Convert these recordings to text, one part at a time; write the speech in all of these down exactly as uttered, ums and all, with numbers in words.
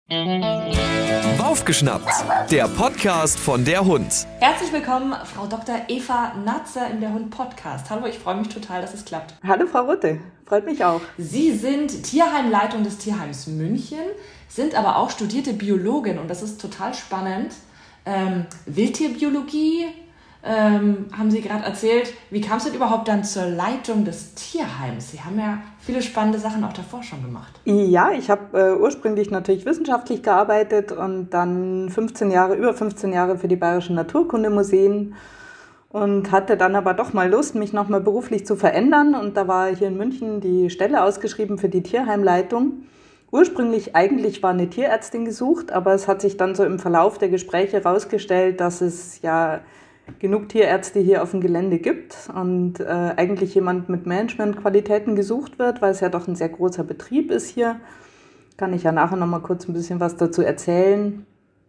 Aufgeschnappt, der Podcast von Der Hund. Herzlich willkommen, Frau Doktor Eva Natzer im Der Hund Podcast. Hallo, ich freue mich total, dass es klappt. Hallo Frau Rutte, freut mich auch. Sie sind Tierheimleitung des Tierheims München, sind aber auch studierte Biologin und das ist total spannend. Ähm, Wildtierbiologie, ähm, haben Sie gerade erzählt. Wie kam es denn überhaupt dann zur Leitung des Tierheims? Sie haben ja viele spannende Sachen auch davor schon gemacht. Ja, ich habe äh, ursprünglich natürlich wissenschaftlich gearbeitet und dann fünfzehn Jahre, über fünfzehn Jahre für die Bayerischen Naturkundemuseen und hatte dann aber doch mal Lust, mich nochmal beruflich zu verändern. Und da war hier in München die Stelle ausgeschrieben für die Tierheimleitung. Ursprünglich eigentlich war eine Tierärztin gesucht, aber es hat sich dann so im Verlauf der Gespräche herausgestellt, dass es ja genug Tierärzte hier auf dem Gelände gibt und äh, eigentlich jemand mit Managementqualitäten gesucht wird, weil es ja doch ein sehr großer Betrieb ist hier. Kann ich ja nachher noch mal kurz ein bisschen was dazu erzählen.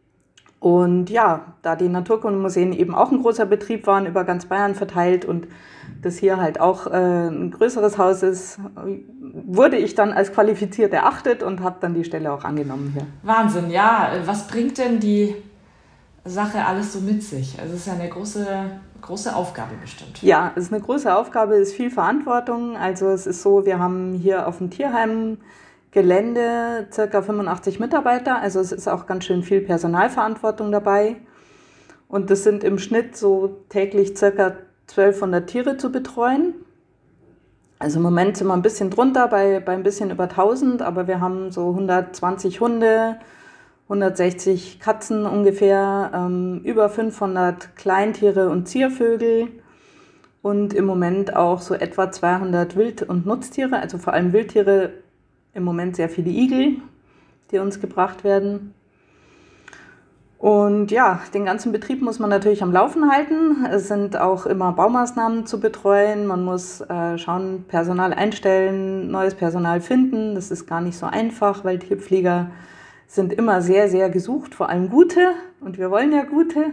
Und ja, da die Naturkundemuseen eben auch ein großer Betrieb waren, über ganz Bayern verteilt und das hier halt auch äh, ein größeres Haus ist, wurde ich dann als qualifiziert erachtet und habe dann die Stelle auch angenommen hier. Wahnsinn, ja. Was bringt denn die Sache alles so mit sich? Also es ist ja eine große, große Aufgabe bestimmt. Ja, es ist eine große Aufgabe, es ist viel Verantwortung. Also es ist so, wir haben hier auf dem Tierheimgelände ca. fünfundachtzig Mitarbeiter. Also es ist auch ganz schön viel Personalverantwortung dabei. Und das sind im Schnitt so täglich ca. zwölfhundert Tiere zu betreuen. Also im Moment sind wir ein bisschen drunter, bei, bei ein bisschen über tausend, aber wir haben so hundertzwanzig Hunde, hundertsechzig Katzen ungefähr, ähm, über fünfhundert Kleintiere und Ziervögel und im Moment auch so etwa zweihundert Wild- und Nutztiere, also vor allem Wildtiere, im Moment sehr viele Igel, die uns gebracht werden. Und ja, den ganzen Betrieb muss man natürlich am Laufen halten. Es sind auch immer Baumaßnahmen zu betreuen. Man muss äh, schauen, Personal einstellen, neues Personal finden. Das ist gar nicht so einfach, weil Tierpfleger sind immer sehr, sehr gesucht, vor allem gute. Und wir wollen ja gute.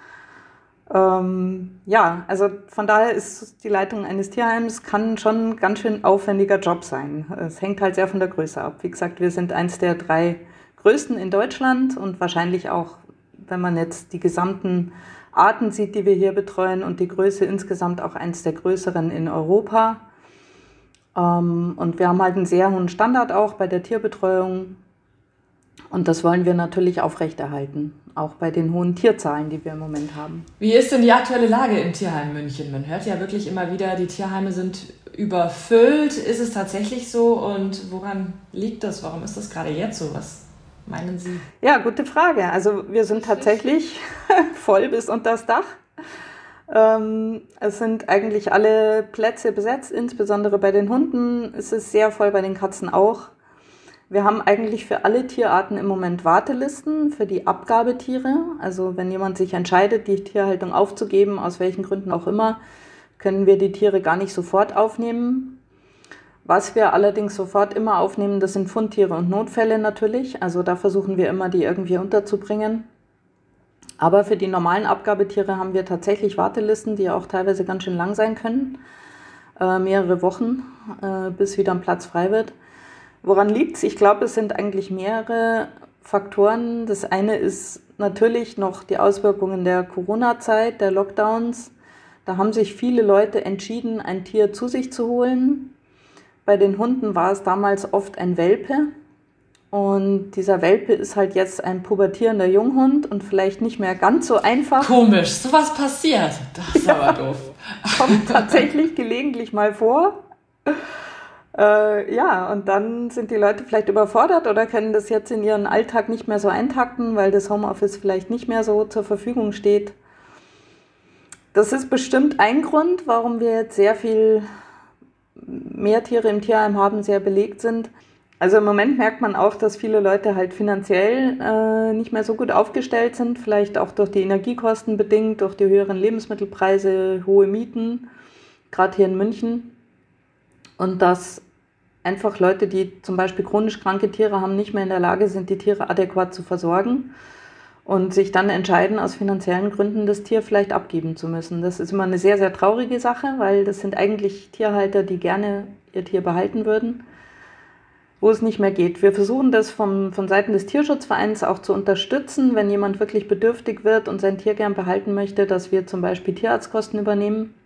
Ähm, ja, also von daher ist die Leitung eines Tierheims kann schon ein ganz schön aufwendiger Job sein. Es hängt halt sehr von der Größe ab. Wie gesagt, wir sind eins der drei größten in Deutschland und wahrscheinlich auch, wenn man jetzt die gesamten Arten sieht, die wir hier betreuen und die Größe insgesamt auch eins der größeren in Europa. Ähm, und wir haben halt einen sehr hohen Standard auch bei der Tierbetreuung. Und das wollen wir natürlich aufrechterhalten, auch bei den hohen Tierzahlen, die wir im Moment haben. Wie ist denn die aktuelle Lage im Tierheim München? Man hört ja wirklich immer wieder, die Tierheime sind überfüllt. Ist es tatsächlich so und woran liegt das? Warum ist das gerade jetzt so? Was meinen Sie? Ja, gute Frage. Also wir sind tatsächlich voll bis unter das Dach. Ähm, es sind eigentlich alle Plätze besetzt, insbesondere bei den Hunden. Es ist sehr voll, bei den Katzen auch. Wir haben eigentlich für alle Tierarten im Moment Wartelisten für die Abgabetiere. Also wenn jemand sich entscheidet, die Tierhaltung aufzugeben, aus welchen Gründen auch immer, können wir die Tiere gar nicht sofort aufnehmen. Was wir allerdings sofort immer aufnehmen, das sind Fundtiere und Notfälle natürlich. Also da versuchen wir immer, die irgendwie unterzubringen. Aber für die normalen Abgabetiere haben wir tatsächlich Wartelisten, die auch teilweise ganz schön lang sein können. Äh, mehrere Wochen, äh, bis wieder ein Platz frei wird. Woran liegt es? Ich glaube, es sind eigentlich mehrere Faktoren. Das eine ist natürlich noch die Auswirkungen der Corona-Zeit, der Lockdowns. Da haben sich viele Leute entschieden, ein Tier zu sich zu holen. Bei den Hunden war es damals oft ein Welpe. Und dieser Welpe ist halt jetzt ein pubertierender Junghund und vielleicht nicht mehr ganz so einfach. Komisch, sowas passiert. Das ist ja, aber doof. Kommt tatsächlich gelegentlich mal vor. Äh, ja, und dann sind die Leute vielleicht überfordert oder können das jetzt in ihren Alltag nicht mehr so eintakten, weil das Homeoffice vielleicht nicht mehr so zur Verfügung steht. Das ist bestimmt ein Grund, warum wir jetzt sehr viel mehr Tiere im Tierheim haben, sehr belegt sind. Also im Moment merkt man auch, dass viele Leute halt finanziell äh, nicht mehr so gut aufgestellt sind, vielleicht auch durch die Energiekosten bedingt, durch die höheren Lebensmittelpreise, hohe Mieten, gerade hier in München. Und dass einfach Leute, die zum Beispiel chronisch kranke Tiere haben, nicht mehr in der Lage sind, die Tiere adäquat zu versorgen und sich dann entscheiden, aus finanziellen Gründen das Tier vielleicht abgeben zu müssen. Das ist immer eine sehr, sehr traurige Sache, weil das sind eigentlich Tierhalter, die gerne ihr Tier behalten würden. wo es nicht mehr geht. Wir versuchen das vom, von Seiten des Tierschutzvereins auch zu unterstützen, wenn jemand wirklich bedürftig wird und sein Tier gern behalten möchte, dass wir zum Beispiel Tierarztkosten übernehmen.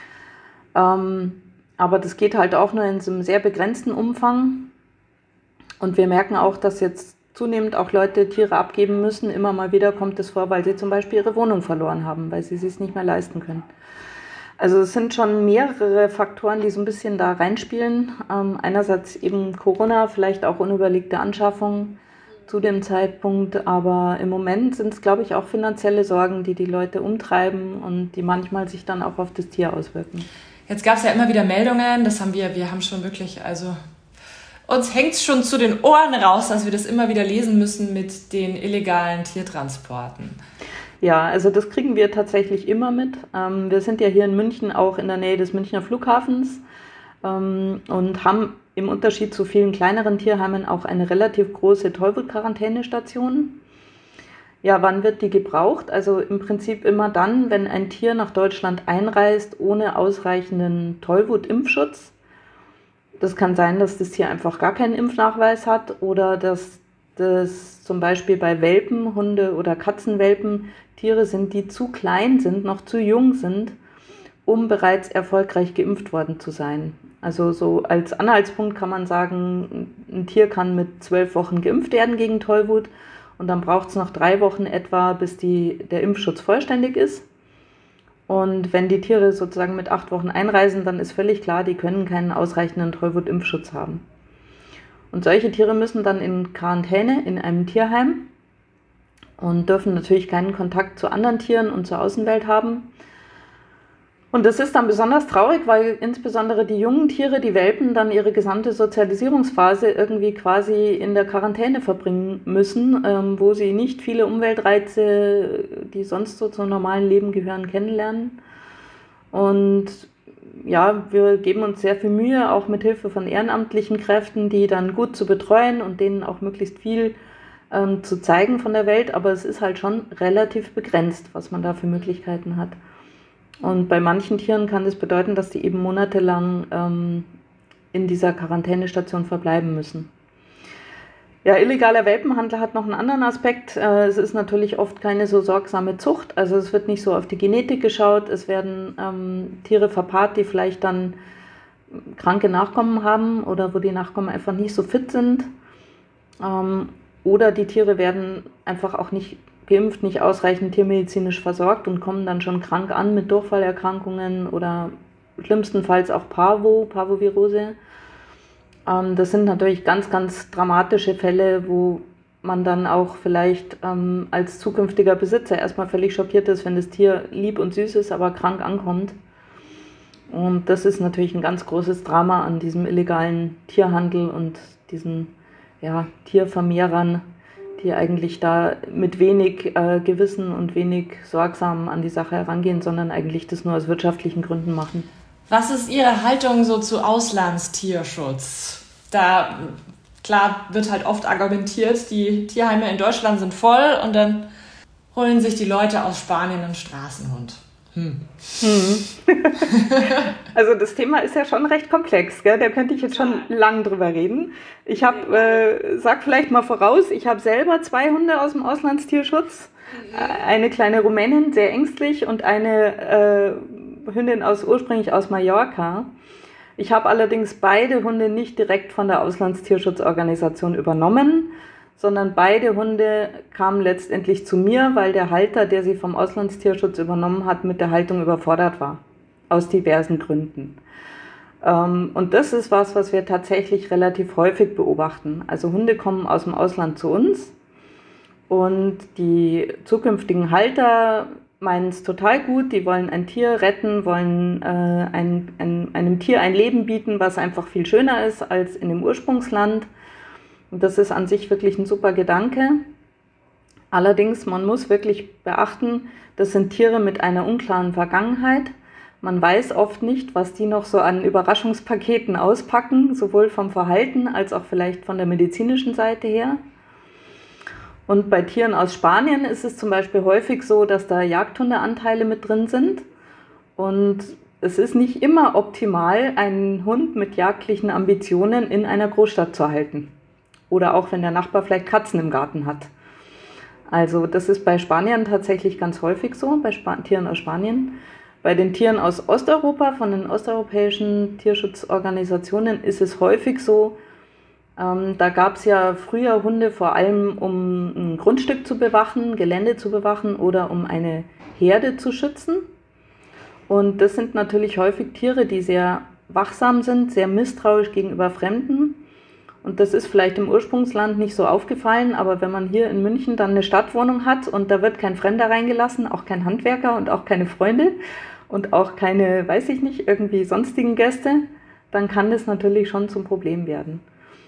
Ähm, aber das geht halt auch nur in so einem sehr begrenzten Umfang. Und wir merken auch, dass jetzt zunehmend auch Leute Tiere abgeben müssen. Immer mal wieder kommt es vor, weil sie zum Beispiel ihre Wohnung verloren haben, weil sie es sich nicht mehr leisten können. Also es sind schon mehrere Faktoren, die so ein bisschen da reinspielen. Ähm, einerseits eben Corona, vielleicht auch unüberlegte Anschaffungen zu dem Zeitpunkt. Aber im Moment sind es, glaube ich, auch finanzielle Sorgen, die die Leute umtreiben und die manchmal sich dann auch auf das Tier auswirken. Jetzt gab es ja immer wieder Meldungen, das haben wir, wir haben schon wirklich, also uns hängt es schon zu den Ohren raus, dass wir das immer wieder lesen müssen mit den illegalen Tiertransporten. Ja, also das kriegen wir tatsächlich immer mit. Ähm, wir sind ja hier in München auch in der Nähe des Münchner Flughafens ähm, und haben im Unterschied zu vielen kleineren Tierheimen auch eine relativ große Tollwut-Quarantänestation. Ja, wann wird die gebraucht? Also im Prinzip immer dann, wenn ein Tier nach Deutschland einreist ohne ausreichenden Tollwut-Impfschutz. Das kann sein, dass das Tier einfach gar keinen Impfnachweis hat oder dass das zum Beispiel bei Welpen, Hunde- oder Katzenwelpen Tiere sind, die zu klein sind, noch zu jung sind, um bereits erfolgreich geimpft worden zu sein. Also so als Anhaltspunkt kann man sagen, ein Tier kann mit zwölf Wochen geimpft werden gegen Tollwut. Und dann braucht es noch drei Wochen etwa, bis die, der Impfschutz vollständig ist. Und wenn die Tiere sozusagen mit acht Wochen einreisen, dann ist völlig klar, die können keinen ausreichenden Tollwut-Impfschutz haben. Und solche Tiere müssen dann in Quarantäne in einem Tierheim und dürfen natürlich keinen Kontakt zu anderen Tieren und zur Außenwelt haben. Und das ist dann besonders traurig, weil insbesondere die jungen Tiere, die Welpen, dann ihre gesamte Sozialisierungsphase irgendwie quasi in der Quarantäne verbringen müssen, ähm, wo sie nicht viele Umweltreize, die sonst so zum normalen Leben gehören, kennenlernen. Und ja, wir geben uns sehr viel Mühe, auch mit Hilfe von ehrenamtlichen Kräften, die dann gut zu betreuen und denen auch möglichst viel ähm, zu zeigen von der Welt. Aber es ist halt schon relativ begrenzt, was man da für Möglichkeiten hat. Und bei manchen Tieren kann das bedeuten, dass die eben monatelang ähm, in dieser Quarantänestation verbleiben müssen. Ja, illegaler Welpenhandel hat noch einen anderen Aspekt. Äh, es ist natürlich oft keine so sorgsame Zucht. Also es wird nicht so auf die Genetik geschaut. Es werden ähm, Tiere verpaart, die vielleicht dann kranke Nachkommen haben oder wo die Nachkommen einfach nicht so fit sind. Ähm, oder die Tiere werden einfach auch nicht geimpft, nicht ausreichend tiermedizinisch versorgt und kommen dann schon krank an mit Durchfallerkrankungen oder schlimmstenfalls auch Parvo, Parvovirose. Ähm, das sind natürlich ganz, ganz dramatische Fälle, wo man dann auch vielleicht ähm, als zukünftiger Besitzer erstmal völlig schockiert ist, wenn das Tier lieb und süß ist, aber krank ankommt. Und das ist natürlich ein ganz großes Drama an diesem illegalen Tierhandel und diesen ja, Tiervermehrern, die eigentlich da mit wenig äh, Gewissen und wenig sorgsam an die Sache herangehen, sondern eigentlich das nur aus wirtschaftlichen Gründen machen. Was ist Ihre Haltung so zu Auslandstierschutz? Da, klar, wird halt oft argumentiert, die Tierheime in Deutschland sind voll und dann holen sich die Leute aus Spanien einen Straßenhund. Hm. Hm. Also das Thema ist ja schon recht komplex, gell? Da könnte ich jetzt schon lang drüber reden. Ich habe, äh, sag vielleicht mal voraus, ich habe selber zwei Hunde aus dem Auslandstierschutz. Eine kleine Rumänin, sehr ängstlich, und eine äh, Hündin aus, ursprünglich aus Mallorca. Ich habe allerdings beide Hunde nicht direkt von der Auslandstierschutzorganisation übernommen, sondern beide Hunde kamen letztendlich zu mir, weil der Halter, der sie vom Auslandstierschutz übernommen hat, mit der Haltung überfordert war. Aus diversen Gründen. Ähm, und das ist was, was wir tatsächlich relativ häufig beobachten. Also Hunde kommen aus dem Ausland zu uns und die zukünftigen Halter meinen es total gut. Die wollen ein Tier retten, wollen äh, ein, ein, einem Tier ein Leben bieten, was einfach viel schöner ist als in dem Ursprungsland. Und das ist an sich wirklich ein super Gedanke. Allerdings, man muss wirklich beachten, das sind Tiere mit einer unklaren Vergangenheit. Man weiß oft nicht, was die noch so an Überraschungspaketen auspacken, sowohl vom Verhalten als auch vielleicht von der medizinischen Seite her. Und bei Tieren aus Spanien ist es zum Beispiel häufig so, dass da Jagdhundeanteile mit drin sind. Und es ist nicht immer optimal, einen Hund mit jagdlichen Ambitionen in einer Großstadt zu halten. Oder auch wenn der Nachbar vielleicht Katzen im Garten hat. Also das ist bei Spaniern tatsächlich ganz häufig so, bei Sp- Tieren aus Spanien. Bei den Tieren aus Osteuropa, von den osteuropäischen Tierschutzorganisationen, ist es häufig so, ähm, da gab es ja früher Hunde vor allem, um ein Grundstück zu bewachen, Gelände zu bewachen oder um eine Herde zu schützen. Und das sind natürlich häufig Tiere, die sehr wachsam sind, sehr misstrauisch gegenüber Fremden. Und das ist vielleicht im Ursprungsland nicht so aufgefallen, aber wenn man hier in München dann eine Stadtwohnung hat und da wird kein Fremder reingelassen, auch kein Handwerker und auch keine Freunde und auch keine, weiß ich nicht, irgendwie sonstigen Gäste, dann kann das natürlich schon zum Problem werden.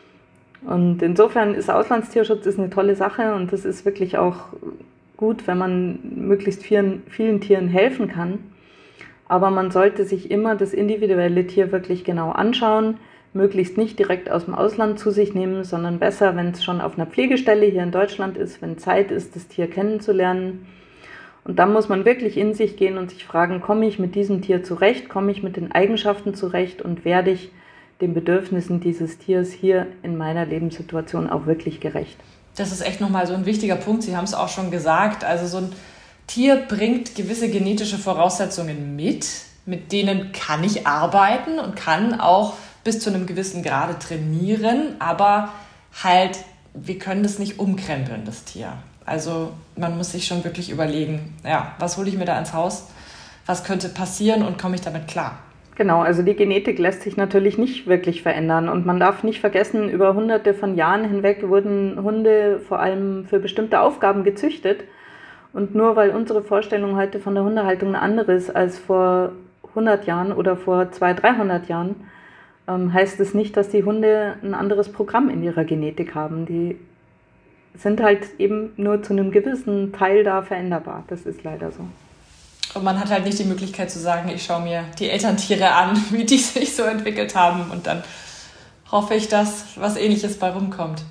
Und insofern ist Auslandstierschutz ist eine tolle Sache und das ist wirklich auch gut, wenn man möglichst vielen, vielen Tieren helfen kann. Aber man sollte sich immer das individuelle Tier wirklich genau anschauen, möglichst nicht direkt aus dem Ausland zu sich nehmen, sondern besser, wenn es schon auf einer Pflegestelle hier in Deutschland ist, wenn Zeit ist, das Tier kennenzulernen. Und dann muss man wirklich in sich gehen und sich fragen, komme ich mit diesem Tier zurecht, komme ich mit den Eigenschaften zurecht und werde ich den Bedürfnissen dieses Tiers hier in meiner Lebenssituation auch wirklich gerecht. Das ist echt nochmal so ein wichtiger Punkt. Sie haben es auch schon gesagt. Also so ein Tier bringt gewisse genetische Voraussetzungen mit, mit denen kann ich arbeiten und kann auch bis zu einem gewissen Grade trainieren, aber halt, wir können das nicht umkrempeln, das Tier. Also man muss sich schon wirklich überlegen, ja, was hole ich mir da ins Haus, was könnte passieren und komme ich damit klar? Genau, also die Genetik lässt sich natürlich nicht wirklich verändern und man darf nicht vergessen, über hunderte von Jahren hinweg wurden Hunde vor allem für bestimmte Aufgaben gezüchtet und nur weil unsere Vorstellung heute von der Hundehaltung eine andere ist als vor hundert Jahren oder vor zweihundert, dreihundert Jahren, heißt es nicht, dass die Hunde ein anderes Programm in ihrer Genetik haben. Die sind halt eben nur zu einem gewissen Teil da veränderbar. Das ist leider so. Und man hat halt nicht die Möglichkeit zu sagen, ich schaue mir die Elterntiere an, wie die sich so entwickelt haben und dann hoffe ich, dass was Ähnliches bei rumkommt.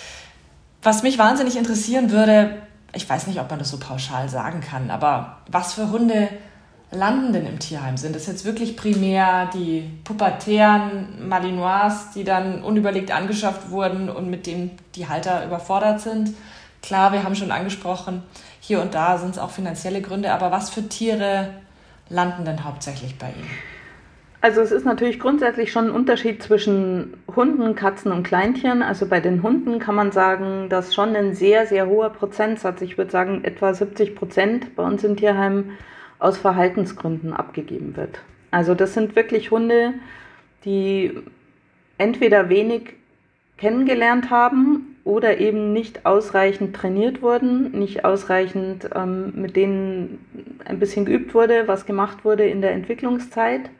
Was mich wahnsinnig interessieren würde, ich weiß nicht, ob man das so pauschal sagen kann, aber was für Hunde landen denn im Tierheim? Sind das jetzt wirklich primär die pubertären Malinois, die dann unüberlegt angeschafft wurden und mit denen die Halter überfordert sind? Klar, wir haben schon angesprochen, hier und da sind es auch finanzielle Gründe, aber was für Tiere landen denn hauptsächlich bei Ihnen? Also es ist natürlich grundsätzlich schon ein Unterschied zwischen Hunden, Katzen und Kleintieren. Also bei den Hunden kann man sagen, dass schon ein sehr, sehr hoher Prozentsatz, ich würde sagen etwa siebzig Prozent bei uns im Tierheim, aus Verhaltensgründen abgegeben wird. Also das sind wirklich Hunde, die entweder wenig kennengelernt haben oder eben nicht ausreichend trainiert wurden, nicht ausreichend ähm, mit denen ein bisschen geübt wurde, was gemacht wurde in der Entwicklungszeit,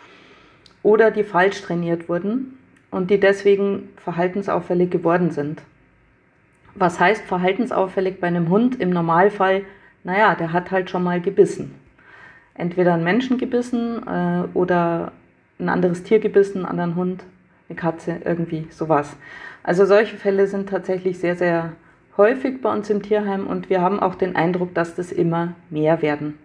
oder die falsch trainiert wurden und die deswegen verhaltensauffällig geworden sind. Was heißt verhaltensauffällig bei einem Hund? Im Normalfall, naja, der hat halt schon mal gebissen. Entweder einen Menschen gebissen äh, oder ein anderes Tier gebissen, einen anderen Hund, eine Katze, irgendwie sowas. Also solche Fälle sind tatsächlich sehr, sehr häufig bei uns im Tierheim und wir haben auch den Eindruck, dass das immer mehr werden.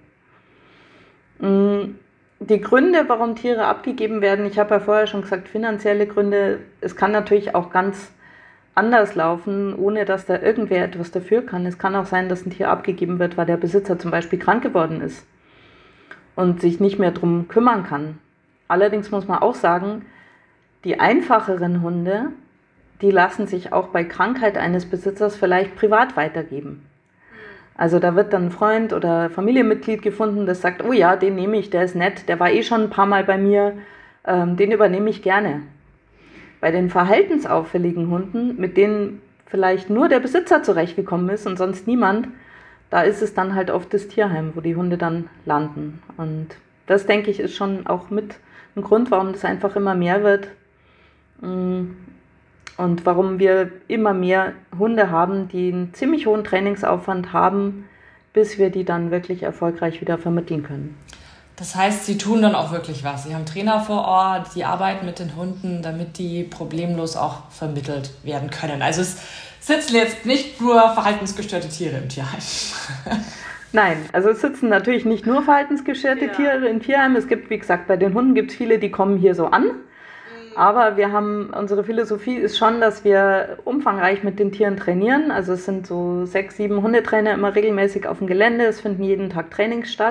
Die Gründe, warum Tiere abgegeben werden, ich habe ja vorher schon gesagt, finanzielle Gründe, es kann natürlich auch ganz anders laufen, ohne dass da irgendwer etwas dafür kann. Es kann auch sein, dass ein Tier abgegeben wird, weil der Besitzer zum Beispiel krank geworden ist und sich nicht mehr drum kümmern kann. Allerdings muss man auch sagen, die einfacheren Hunde, die lassen sich auch bei Krankheit eines Besitzers vielleicht privat weitergeben. Also da wird dann ein Freund oder Familienmitglied gefunden, das sagt, oh ja, den nehme ich, der ist nett, der war eh schon ein paar Mal bei mir, ähm, den übernehme ich gerne. Bei den verhaltensauffälligen Hunden, mit denen vielleicht nur der Besitzer zurechtgekommen ist und sonst niemand, da ist es dann halt oft das Tierheim, wo die Hunde dann landen. Und das, denke ich, ist schon auch mit ein Grund, warum das einfach immer mehr wird und warum wir immer mehr Hunde haben, die einen ziemlich hohen Trainingsaufwand haben, bis wir die dann wirklich erfolgreich wieder vermitteln können. Das heißt, Sie tun dann auch wirklich was. Sie haben Trainer vor Ort, die arbeiten mit den Hunden, damit die problemlos auch vermittelt werden können. Also es sitzen jetzt nicht nur verhaltensgestörte Tiere im Tierheim. Nein, also es sitzen natürlich nicht nur verhaltensgestörte ja. Tiere in Tierheimen. Es gibt, wie gesagt, bei den Hunden gibt es viele, die kommen hier so an. Aber wir haben, unsere Philosophie ist schon, dass wir umfangreich mit den Tieren trainieren. Also es sind so sechs, sieben Hundetrainer immer regelmäßig auf dem Gelände. Es finden jeden Tag Trainings statt.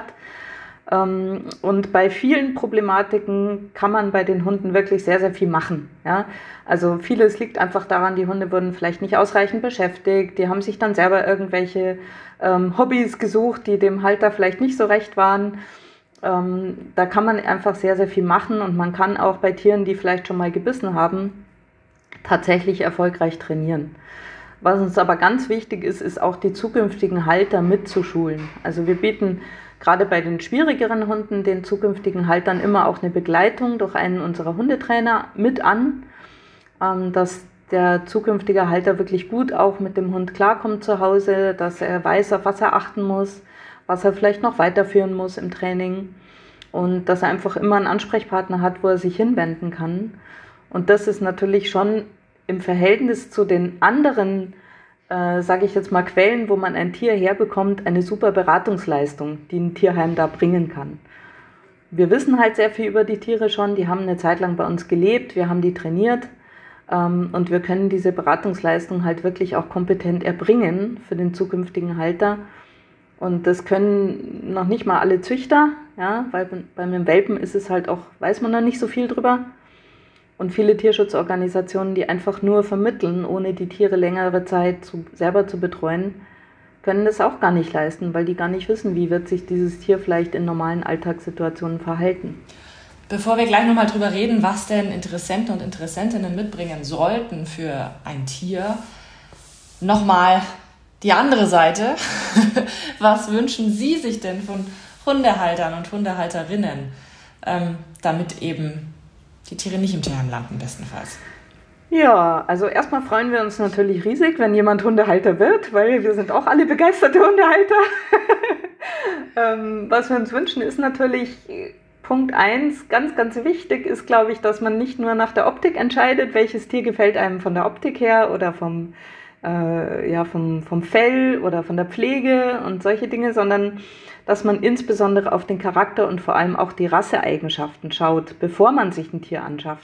Und bei vielen Problematiken kann man bei den Hunden wirklich sehr, sehr viel machen. Ja? Also vieles liegt einfach daran, die Hunde wurden vielleicht nicht ausreichend beschäftigt. Die haben sich dann selber irgendwelche ähm, Hobbys gesucht, die dem Halter vielleicht nicht so recht waren. Ähm, da kann man einfach sehr, sehr viel machen und man kann auch bei Tieren, die vielleicht schon mal gebissen haben, tatsächlich erfolgreich trainieren. Was uns aber ganz wichtig ist, ist auch die zukünftigen Halter mitzuschulen. Also wir bieten gerade bei den schwierigeren Hunden den zukünftigen Haltern immer auch eine Begleitung durch einen unserer Hundetrainer mit an, ähm, dass der zukünftige Halter wirklich gut auch mit dem Hund klarkommt zu Hause, dass er weiß, auf was er achten muss, was er vielleicht noch weiterführen muss im Training und dass er einfach immer einen Ansprechpartner hat, wo er sich hinwenden kann. Und das ist natürlich schon im Verhältnis zu den anderen, äh, sage ich jetzt mal, Quellen, wo man ein Tier herbekommt, eine super Beratungsleistung, die ein Tierheim da bringen kann. Wir wissen halt sehr viel über die Tiere schon, die haben eine Zeit lang bei uns gelebt, wir haben die trainiert ähm, und wir können diese Beratungsleistung halt wirklich auch kompetent erbringen für den zukünftigen Halter. Und das können noch nicht mal alle Züchter, ja, weil beim Welpen ist es halt auch, weiß man noch nicht so viel drüber. Und viele Tierschutzorganisationen, die einfach nur vermitteln, ohne die Tiere längere Zeit zu, selber zu betreuen, können das auch gar nicht leisten, weil die gar nicht wissen, wie wird sich dieses Tier vielleicht in normalen Alltagssituationen verhalten. Bevor wir gleich nochmal drüber reden, was denn Interessenten und Interessentinnen mitbringen sollten für ein Tier, nochmal die andere Seite. Was wünschen Sie sich denn von Hundehaltern und Hundehalterinnen, ähm, damit eben die Tiere nicht im Tierheim landen, bestenfalls? Ja, also erstmal freuen wir uns natürlich riesig, wenn jemand Hundehalter wird, weil wir sind auch alle begeisterte Hundehalter. ähm, was wir uns wünschen, ist natürlich Punkt eins, ganz, ganz wichtig ist, glaube ich, dass man nicht nur nach der Optik entscheidet, welches Tier gefällt einem von der Optik her oder vom Äh, ja, vom, vom Fell oder von der Pflege und solche Dinge, sondern dass man insbesondere auf den Charakter und vor allem auch die Rasseeigenschaften schaut, bevor man sich ein Tier anschafft.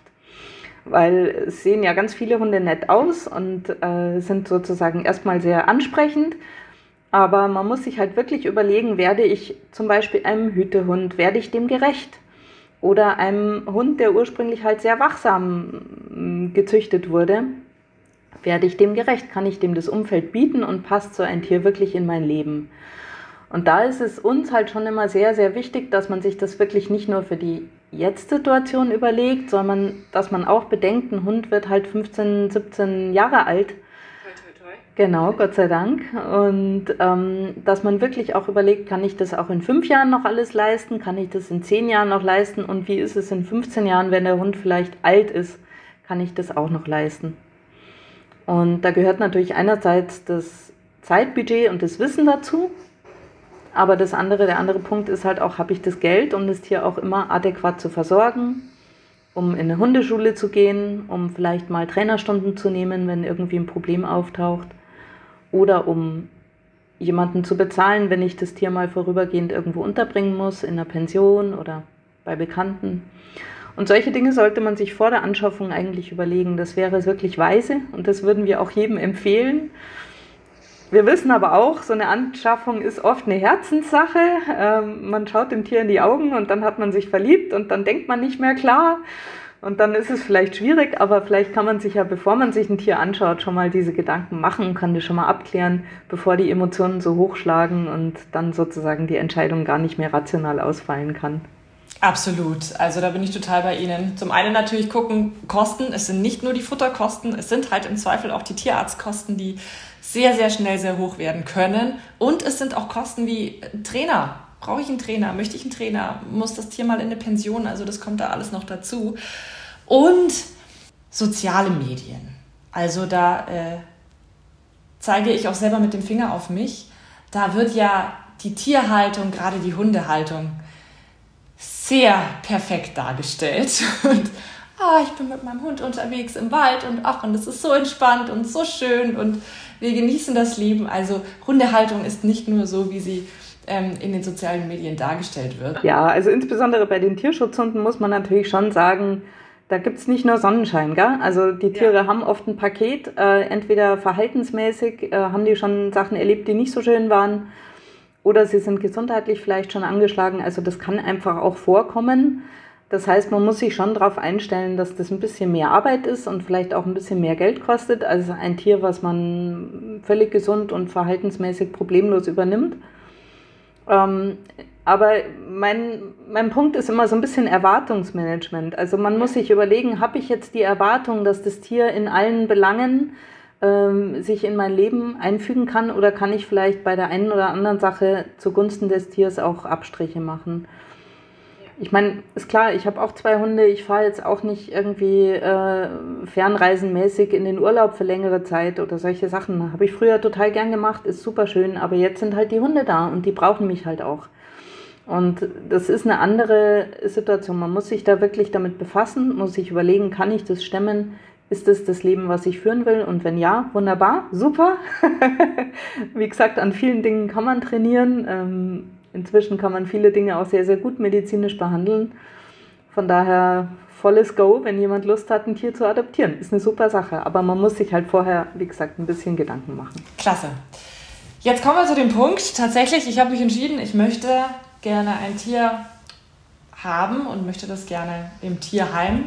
Weil es sehen ja ganz viele Hunde nett aus und äh, sind sozusagen erstmal sehr ansprechend, aber man muss sich halt wirklich überlegen, werde ich zum Beispiel einem Hütehund, werde ich dem gerecht? Oder einem Hund, der ursprünglich halt sehr wachsam gezüchtet wurde, werde ich dem gerecht? Kann ich dem das Umfeld bieten und passt so ein Tier wirklich in mein Leben? Und da ist es uns halt schon immer sehr, sehr wichtig, dass man sich das wirklich nicht nur für die Jetzt-Situation überlegt, sondern dass man auch bedenkt, ein Hund wird halt fünfzehn, siebzehn Jahre alt. Toi, toi, toi. Genau, Gott sei Dank. Und ähm, dass man wirklich auch überlegt, kann ich das auch in fünf Jahren noch alles leisten? Kann ich das in zehn Jahren noch leisten? Und wie ist es in fünfzehn Jahren, wenn der Hund vielleicht alt ist? Kann ich das auch noch leisten? Und da gehört natürlich einerseits das Zeitbudget und das Wissen dazu, aber das andere, der andere Punkt ist halt auch, habe ich das Geld, um das Tier auch immer adäquat zu versorgen, um in eine Hundeschule zu gehen, um vielleicht mal Trainerstunden zu nehmen, wenn irgendwie ein Problem auftaucht, oder um jemanden zu bezahlen, wenn ich das Tier mal vorübergehend irgendwo unterbringen muss, in einer Pension oder bei Bekannten. Und solche Dinge sollte man sich vor der Anschaffung eigentlich überlegen. Das wäre wirklich weise und das würden wir auch jedem empfehlen. Wir wissen aber auch, so eine Anschaffung ist oft eine Herzenssache. Ähm, man schaut dem Tier in die Augen und dann hat man sich verliebt und dann denkt man nicht mehr klar. Und dann ist es vielleicht schwierig, aber vielleicht kann man sich ja, bevor man sich ein Tier anschaut, schon mal diese Gedanken machen und kann das schon mal abklären, bevor die Emotionen so hochschlagen und dann sozusagen die Entscheidung gar nicht mehr rational ausfallen kann. Absolut, also da bin ich total bei Ihnen. Zum einen natürlich gucken, Kosten, es sind nicht nur die Futterkosten, es sind halt im Zweifel auch die Tierarztkosten, die sehr, sehr schnell sehr hoch werden können. Und es sind auch Kosten wie Trainer. Brauche ich einen Trainer? Möchte ich einen Trainer? Muss das Tier mal in eine Pension? Also das kommt da alles noch dazu. Und soziale Medien. Also da äh, zeige ich auch selber mit dem Finger auf mich. Da wird ja die Tierhaltung, gerade die Hundehaltung, sehr perfekt dargestellt. Und ah, ich bin mit meinem Hund unterwegs im Wald und ach, und es ist so entspannt und so schön und wir genießen das Leben. Also Hundehaltung ist nicht nur so, wie sie ähm, in den sozialen Medien dargestellt wird. Ja, also insbesondere bei den Tierschutzhunden muss man natürlich schon sagen, da gibt es nicht nur Sonnenschein, gell? Also die Tiere ja. haben oft ein Paket, äh, entweder verhaltensmäßig äh, haben die schon Sachen erlebt, die nicht so schön waren, oder sie sind gesundheitlich vielleicht schon angeschlagen. Also das kann einfach auch vorkommen. Das heißt, man muss sich schon darauf einstellen, dass das ein bisschen mehr Arbeit ist und vielleicht auch ein bisschen mehr Geld kostet, als ein Tier, was man völlig gesund und verhaltensmäßig problemlos übernimmt. Ähm, aber mein, mein Punkt ist immer so ein bisschen Erwartungsmanagement. Also man muss sich überlegen, habe ich jetzt die Erwartung, dass das Tier in allen Belangen ähm, sich in mein Leben einfügen kann, oder kann ich vielleicht bei der einen oder anderen Sache zugunsten des Tiers auch Abstriche machen? Ich meine, ist klar, ich habe auch zwei Hunde, ich fahre jetzt auch nicht irgendwie äh, fernreisenmäßig in den Urlaub für längere Zeit oder solche Sachen. Habe ich früher total gern gemacht, ist super schön, aber jetzt sind halt die Hunde da und die brauchen mich halt auch. Und das ist eine andere Situation. Man muss sich da wirklich damit befassen, muss sich überlegen, kann ich das stemmen? Ist das das Leben, was ich führen will? Und wenn ja, wunderbar, super. Wie gesagt, an vielen Dingen kann man trainieren. Ähm, Inzwischen kann man viele Dinge auch sehr, sehr gut medizinisch behandeln. Von daher volles Go, wenn jemand Lust hat, ein Tier zu adoptieren. Ist eine super Sache, aber man muss sich halt vorher, wie gesagt, ein bisschen Gedanken machen. Klasse. Jetzt kommen wir zu dem Punkt. Tatsächlich, ich habe mich entschieden, ich möchte gerne ein Tier haben und möchte das gerne im Tierheim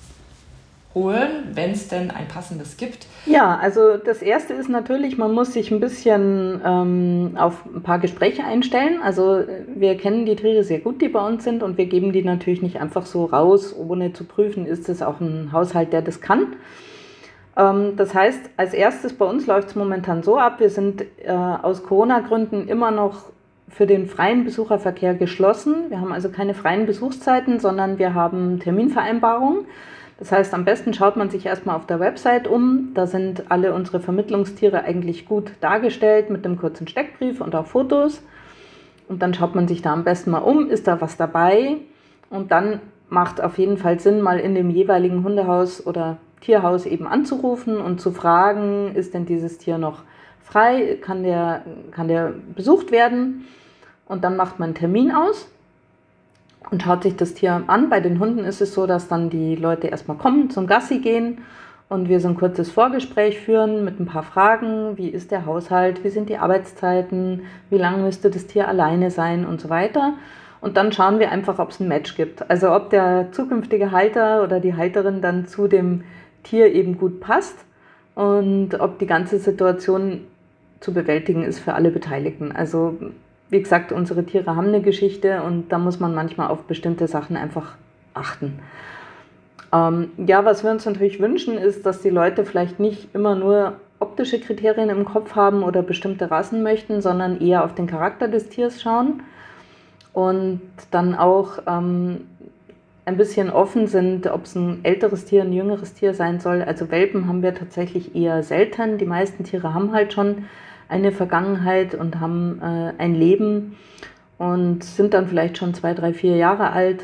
holen, wenn es denn ein passendes gibt. Ja, also das Erste ist natürlich, man muss sich ein bisschen ähm, auf ein paar Gespräche einstellen. Also wir kennen die Tiere sehr gut, die bei uns sind, und wir geben die natürlich nicht einfach so raus, ohne zu prüfen, ist es auch ein Haushalt, der das kann. Ähm, das heißt, als erstes bei uns läuft es momentan so ab, wir sind äh, aus Corona-Gründen immer noch für den freien Besucherverkehr geschlossen. Wir haben also keine freien Besuchszeiten, sondern wir haben Terminvereinbarungen. Das heißt, am besten schaut man sich erstmal auf der Website um. Da sind alle unsere Vermittlungstiere eigentlich gut dargestellt mit einem kurzen Steckbrief und auch Fotos. Und dann schaut man sich da am besten mal um, ist da was dabei? Und dann macht auf jeden Fall Sinn, mal in dem jeweiligen Hundehaus oder Tierhaus eben anzurufen und zu fragen, ist denn dieses Tier noch frei? Kann der, kann der besucht werden? Und dann macht man einen Termin aus und schaut sich das Tier an. Bei den Hunden ist es so, dass dann die Leute erstmal kommen, zum Gassi gehen und wir so ein kurzes Vorgespräch führen mit ein paar Fragen. Wie ist der Haushalt? Wie sind die Arbeitszeiten? Wie lange müsste das Tier alleine sein und so weiter? Und dann schauen wir einfach, ob es ein Match gibt. Also ob der zukünftige Halter oder die Halterin dann zu dem Tier eben gut passt und ob die ganze Situation zu bewältigen ist für alle Beteiligten. Also wie gesagt, unsere Tiere haben eine Geschichte und da muss man manchmal auf bestimmte Sachen einfach achten. Ähm, ja, was wir uns natürlich wünschen, ist, dass die Leute vielleicht nicht immer nur optische Kriterien im Kopf haben oder bestimmte Rassen möchten, sondern eher auf den Charakter des Tiers schauen und dann auch ähm, ein bisschen offen sind, ob es ein älteres Tier, ein jüngeres Tier sein soll. Also Welpen haben wir tatsächlich eher selten. Die meisten Tiere haben halt schon eine Vergangenheit und haben äh, ein Leben und sind dann vielleicht schon zwei, drei, vier Jahre alt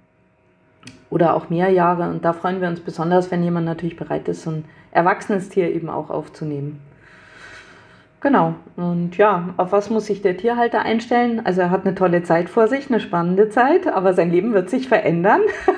oder auch mehr Jahre. Und da freuen wir uns besonders, wenn jemand natürlich bereit ist, so ein erwachsenes Tier eben auch aufzunehmen. Genau. Und ja, auf was muss sich der Tierhalter einstellen? Also er hat eine tolle Zeit vor sich, eine spannende Zeit, aber sein Leben wird sich verändern.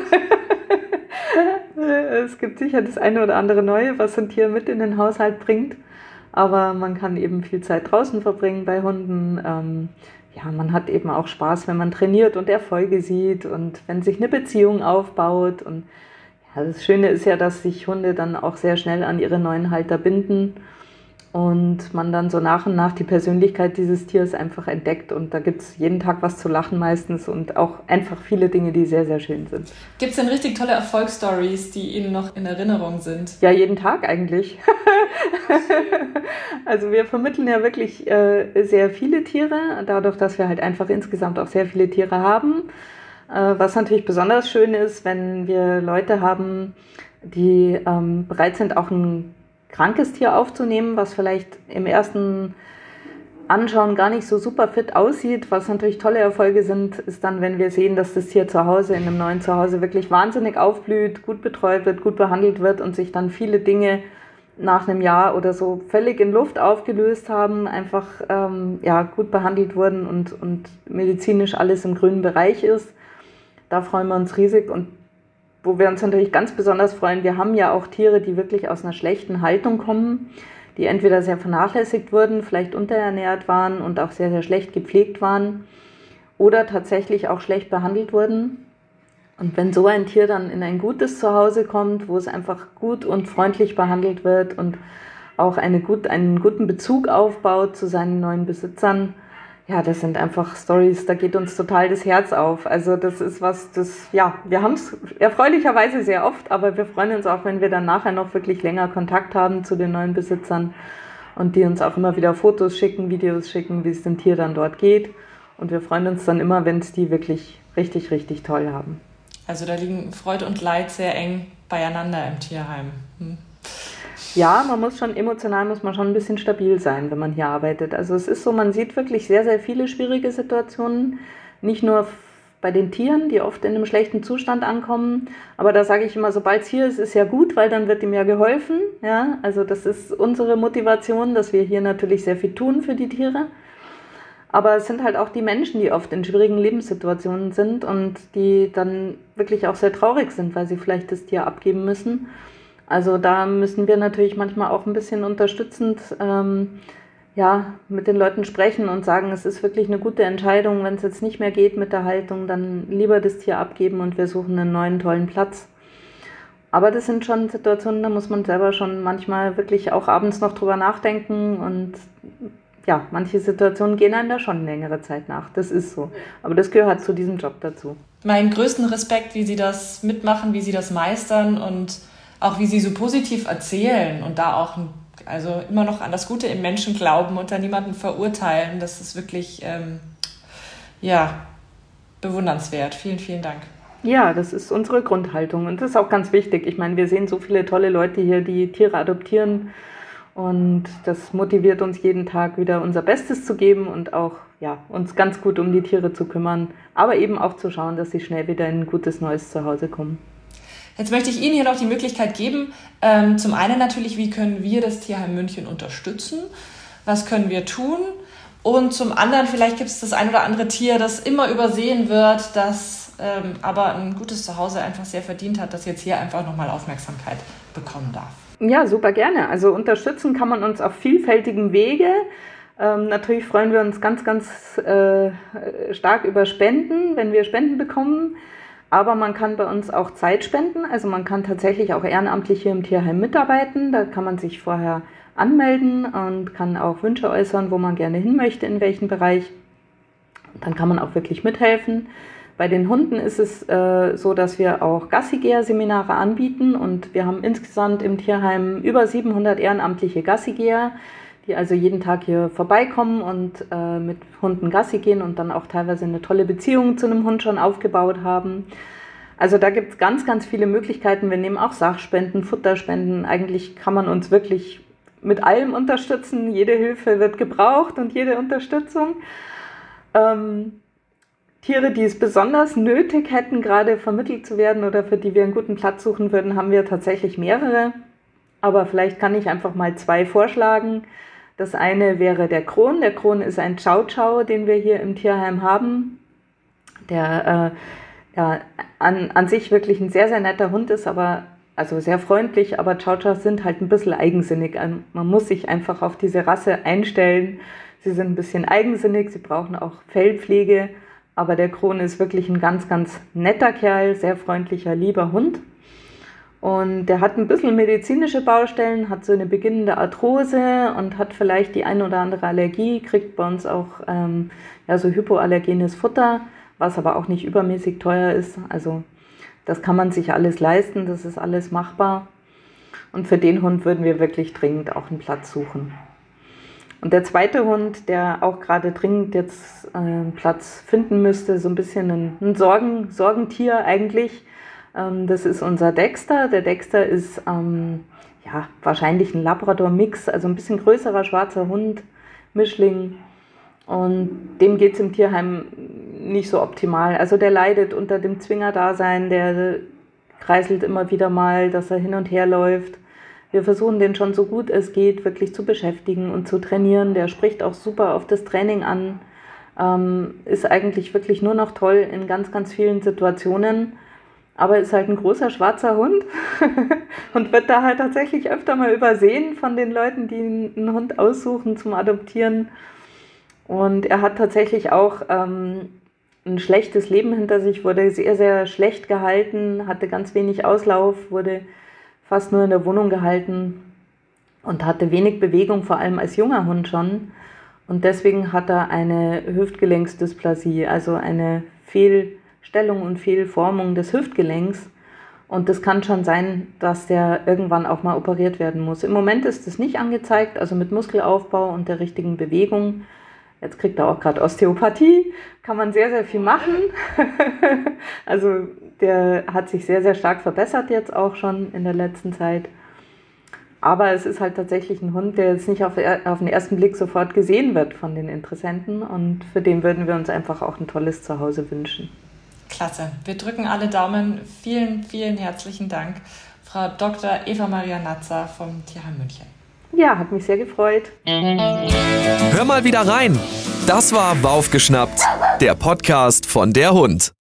Es gibt sicher das eine oder andere Neue, was ein Tier mit in den Haushalt bringt. Aber man kann eben viel Zeit draußen verbringen bei Hunden. Ähm, ja, man hat eben auch Spaß, wenn man trainiert und Erfolge sieht und wenn sich eine Beziehung aufbaut. Und ja, das Schöne ist ja, dass sich Hunde dann auch sehr schnell an ihre neuen Halter binden und man dann so nach und nach die Persönlichkeit dieses Tiers einfach entdeckt. Und da gibt es jeden Tag was zu lachen meistens und auch einfach viele Dinge, die sehr, sehr schön sind. Gibt es denn richtig tolle Erfolgsstories, die Ihnen noch in Erinnerung sind? Ja, jeden Tag eigentlich. Also wir vermitteln ja wirklich äh, sehr viele Tiere, dadurch, dass wir halt einfach insgesamt auch sehr viele Tiere haben. Äh, was natürlich besonders schön ist, wenn wir Leute haben, die ähm, bereit sind, auch ein krankes Tier aufzunehmen, was vielleicht im ersten Anschauen gar nicht so super fit aussieht. Was natürlich tolle Erfolge sind, ist dann, wenn wir sehen, dass das Tier zu Hause, in einem neuen Zuhause wirklich wahnsinnig aufblüht, gut betreut wird, gut behandelt wird und sich dann viele Dinge nach einem Jahr oder so völlig in Luft aufgelöst haben, einfach ähm, ja, gut behandelt wurden und, und medizinisch alles im grünen Bereich ist. Da freuen wir uns riesig. Und wo wir uns natürlich ganz besonders freuen, wir haben ja auch Tiere, die wirklich aus einer schlechten Haltung kommen, die entweder sehr vernachlässigt wurden, vielleicht unterernährt waren und auch sehr, sehr schlecht gepflegt waren oder tatsächlich auch schlecht behandelt wurden. Und wenn so ein Tier dann in ein gutes Zuhause kommt, wo es einfach gut und freundlich behandelt wird und auch eine gut, einen guten Bezug aufbaut zu seinen neuen Besitzern, ja, das sind einfach Storys, da geht uns total das Herz auf. Also das ist was, das, ja, wir haben es erfreulicherweise sehr oft, aber wir freuen uns auch, wenn wir dann nachher noch wirklich länger Kontakt haben zu den neuen Besitzern und die uns auch immer wieder Fotos schicken, Videos schicken, wie es dem Tier dann dort geht. Und wir freuen uns dann immer, wenn es die wirklich richtig, richtig toll haben. Also da liegen Freude und Leid sehr eng beieinander im Tierheim. Hm. Ja, man muss schon, emotional muss man schon ein bisschen stabil sein, wenn man hier arbeitet. Also es ist so, man sieht wirklich sehr, sehr viele schwierige Situationen. Nicht nur bei den Tieren, die oft in einem schlechten Zustand ankommen. Aber da sage ich immer, sobald es hier ist, ist ja gut, weil dann wird ihm ja geholfen. Ja, also das ist unsere Motivation, dass wir hier natürlich sehr viel tun für die Tiere. Aber es sind halt auch die Menschen, die oft in schwierigen Lebenssituationen sind und die dann wirklich auch sehr traurig sind, weil sie vielleicht das Tier abgeben müssen. Also da müssen wir natürlich manchmal auch ein bisschen unterstützend ähm, ja, mit den Leuten sprechen und sagen, es ist wirklich eine gute Entscheidung, wenn es jetzt nicht mehr geht mit der Haltung, dann lieber das Tier abgeben und wir suchen einen neuen, tollen Platz. Aber das sind schon Situationen, da muss man selber schon manchmal wirklich auch abends noch drüber nachdenken und ja, manche Situationen gehen einem da schon längere Zeit nach. Das ist so. Aber das gehört zu diesem Job dazu. Meinen größten Respekt, wie Sie das mitmachen, wie Sie das meistern und auch wie Sie so positiv erzählen und da auch also immer noch an das Gute im Menschen glauben und da niemanden verurteilen. Das ist wirklich ähm, ja, bewundernswert. Vielen, vielen Dank. Ja, das ist unsere Grundhaltung und das ist auch ganz wichtig. Ich meine, wir sehen so viele tolle Leute hier, die Tiere adoptieren. Und das motiviert uns jeden Tag wieder unser Bestes zu geben und auch ja, uns ganz gut um die Tiere zu kümmern, aber eben auch zu schauen, dass sie schnell wieder in ein gutes neues Zuhause kommen. Jetzt möchte ich Ihnen hier noch die Möglichkeit geben, ähm, zum einen natürlich, wie können wir das Tierheim München unterstützen, was können wir tun und zum anderen vielleicht gibt es das ein oder andere Tier, das immer übersehen wird, das ähm, aber ein gutes Zuhause einfach sehr verdient hat, das jetzt hier einfach nochmal Aufmerksamkeit bekommen darf. Ja, super gerne. Also unterstützen kann man uns auf vielfältigem Wege. Ähm, natürlich freuen wir uns ganz, ganz äh, stark über Spenden, wenn wir Spenden bekommen. Aber man kann bei uns auch Zeit spenden. Also man kann tatsächlich auch ehrenamtlich hier im Tierheim mitarbeiten. Da kann man sich vorher anmelden und kann auch Wünsche äußern, wo man gerne hin möchte, in welchen Bereich. Dann kann man auch wirklich mithelfen. Bei den Hunden ist es äh, so, dass wir auch Gassigeher-Seminare anbieten und wir haben insgesamt im Tierheim über siebenhundert ehrenamtliche Gassigeher, die also jeden Tag hier vorbeikommen und äh, mit Hunden Gassi gehen und dann auch teilweise eine tolle Beziehung zu einem Hund schon aufgebaut haben. Also da gibt es ganz, ganz viele Möglichkeiten. Wir nehmen auch Sachspenden, Futterspenden. Eigentlich kann man uns wirklich mit allem unterstützen. Jede Hilfe wird gebraucht und jede Unterstützung. Ähm, Tiere, die es besonders nötig hätten, gerade vermittelt zu werden oder für die wir einen guten Platz suchen würden, haben wir tatsächlich mehrere. Aber vielleicht kann ich einfach mal zwei vorschlagen. Das eine wäre der Kron. Der Kron ist ein Chow-Chow, den wir hier im Tierheim haben, der äh, ja, an, an sich wirklich ein sehr, sehr netter Hund ist, aber also sehr freundlich, aber Chow-Chows sind halt ein bisschen eigensinnig. Man muss sich einfach auf diese Rasse einstellen. Sie sind ein bisschen eigensinnig, sie brauchen auch Fellpflege. Aber der Kron ist wirklich ein ganz, ganz netter Kerl, sehr freundlicher, lieber Hund. Und der hat ein bisschen medizinische Baustellen, hat so eine beginnende Arthrose und hat vielleicht die ein oder andere Allergie, kriegt bei uns auch ähm, ja, so hypoallergenes Futter, was aber auch nicht übermäßig teuer ist. Also das kann man sich alles leisten, das ist alles machbar. Und für den Hund würden wir wirklich dringend auch einen Platz suchen. Und der zweite Hund, der auch gerade dringend jetzt äh, einen Platz finden müsste, so ein bisschen ein, ein Sorgen, Sorgentier eigentlich, ähm, das ist unser Dexter. Der Dexter ist ähm, ja, wahrscheinlich ein Labrador-Mix, also ein bisschen größerer schwarzer Hund, Mischling. Und dem geht es im Tierheim nicht so optimal. Also der leidet unter dem Zwingerdasein, der kreiselt immer wieder mal, dass er hin und her läuft. Wir versuchen den schon so gut es geht wirklich zu beschäftigen und zu trainieren. Der spricht auch super auf das Training an, ähm, ist eigentlich wirklich nur noch toll in ganz, ganz vielen Situationen, aber ist halt ein großer schwarzer Hund und wird da halt tatsächlich öfter mal übersehen von den Leuten, die einen Hund aussuchen zum Adoptieren. Und er hat tatsächlich auch ähm, ein schlechtes Leben hinter sich, wurde sehr, sehr schlecht gehalten, hatte ganz wenig Auslauf, wurde fast nur in der Wohnung gehalten und hatte wenig Bewegung, vor allem als junger Hund schon. Und deswegen hat er eine Hüftgelenksdysplasie, also eine Fehlstellung und Fehlformung des Hüftgelenks. Und das kann schon sein, dass der irgendwann auch mal operiert werden muss. Im Moment ist das nicht angezeigt, also mit Muskelaufbau und der richtigen Bewegung. Jetzt kriegt er auch gerade Osteopathie, kann man sehr, sehr viel machen. Also der hat sich sehr, sehr stark verbessert jetzt auch schon in der letzten Zeit. Aber es ist halt tatsächlich ein Hund, der jetzt nicht auf, auf den ersten Blick sofort gesehen wird von den Interessenten. Und für den würden wir uns einfach auch ein tolles Zuhause wünschen. Klasse. Wir drücken alle Daumen. Vielen, vielen herzlichen Dank, Frau Doktor Eva Maria Natzer vom Tierheim München. Ja, hat mich sehr gefreut. Hör mal wieder rein. Das war Waufgeschnappt, der Podcast von der Hund.